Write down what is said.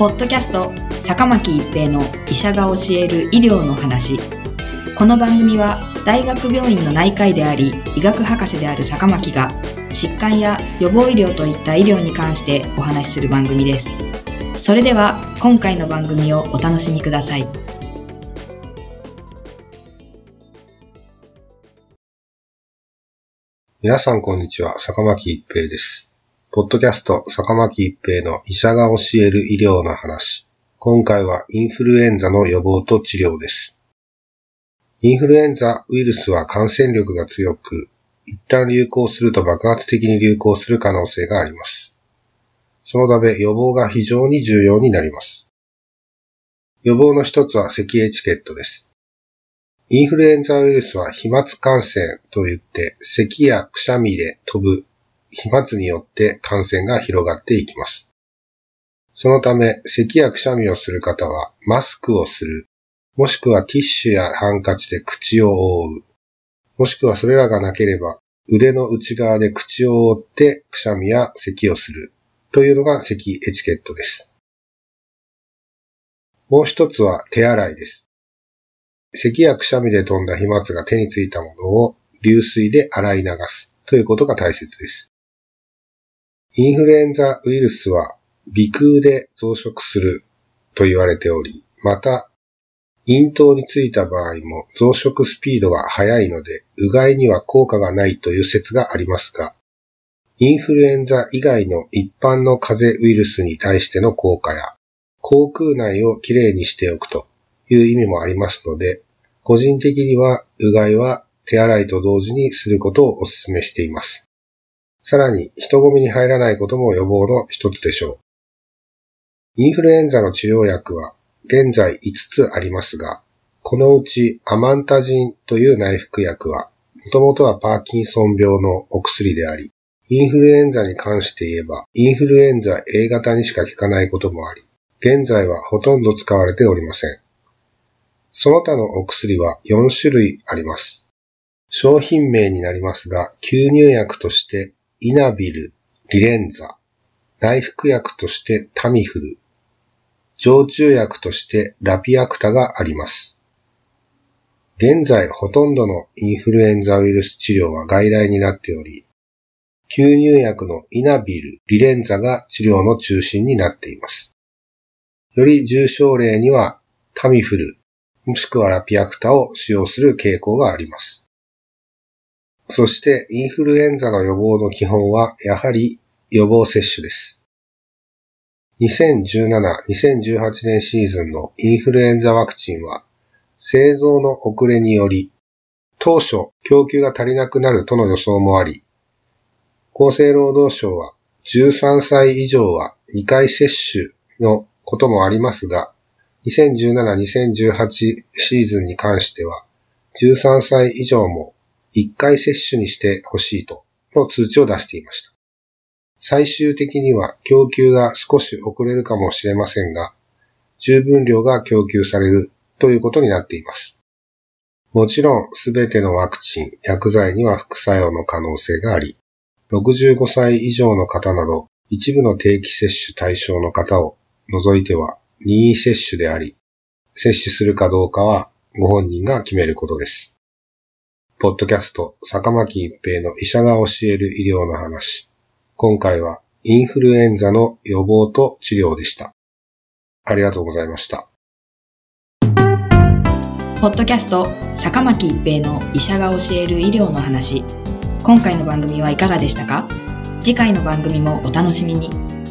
ポッドキャスト坂巻一平の医者が教える医療の話。この番組は大学病院の内科医であり医学博士である坂巻が疾患や予防医療といった医療に関してお話しする番組です。それでは今回の番組をお楽しみください。 皆さんこんにちは、坂巻一平です。ポッドキャスト坂巻一平の医者が教える医療の話。今回はインフルエンザの予防と治療です。インフルエンザウイルスは感染力が強く、一旦流行すると爆発的に流行する可能性があります。そのため予防が非常に重要になります。予防の一つは咳エチケットです。インフルエンザウイルスは飛沫感染といって咳やくしゃみで飛ぶ飛沫によって感染が広がっていきます。そのため咳やくしゃみをする方はマスクをする、もしくはティッシュやハンカチで口を覆う、もしくはそれらがなければ腕の内側で口を覆ってくしゃみや咳をするというのが咳エチケットです。もう一つは手洗いです。咳やくしゃみで飛んだ飛沫が手についたものを流水で洗い流すということが大切です。インフルエンザウイルスは鼻腔で増殖すると言われており、また咽頭についた場合も増殖スピードが速いのでうがいには効果がないという説がありますが、インフルエンザ以外の一般の風邪ウイルスに対しての効果や口腔内をきれいにしておくという意味もありますので、個人的にはうがいは手洗いと同時にすることをお勧めしています。さらに人混みに入らないことも予防の一つでしょう。インフルエンザの治療薬は現在5つありますが、このうちアマンタジンという内服薬はもともとはパーキンソン病のお薬であり、インフルエンザに関して言えばインフルエンザ A 型にしか効かないこともあり、現在はほとんど使われておりません。その他のお薬は4種類あります。商品名になりますが、吸入薬としてイナビル、リレンザ、内服薬としてタミフル、常駐薬としてラピアクタがあります。現在ほとんどのインフルエンザウイルス治療は外来になっており、吸入薬のイナビル、リレンザが治療の中心になっています。より重症例にはタミフル、もしくはラピアクタを使用する傾向があります。そしてインフルエンザの予防の基本はやはり予防接種です。2017-2018年シーズンのインフルエンザワクチンは製造の遅れにより当初供給が足りなくなるとの予想もあり、厚生労働省は13歳以上は2回接種のこともありますが、2017-2018シーズンに関しては13歳以上も1回接種にしてほしいとの通知を出していました。最終的には供給が少し遅れるかもしれませんが、十分量が供給されるということになっています。もちろんすべてのワクチン、薬剤には副作用の可能性があり、65歳以上の方など一部の定期接種対象の方を除いては任意接種であり、接種するかどうかはご本人が決めることです。ポッドキャスト坂巻一平の医者が教える医療の話。今回はインフルエンザの予防と治療でした。ありがとうございました。 ポッドキャスト坂巻一平の医者が教える医療の話。今回の番組はいかがでしたか？次回の番組もお楽しみに。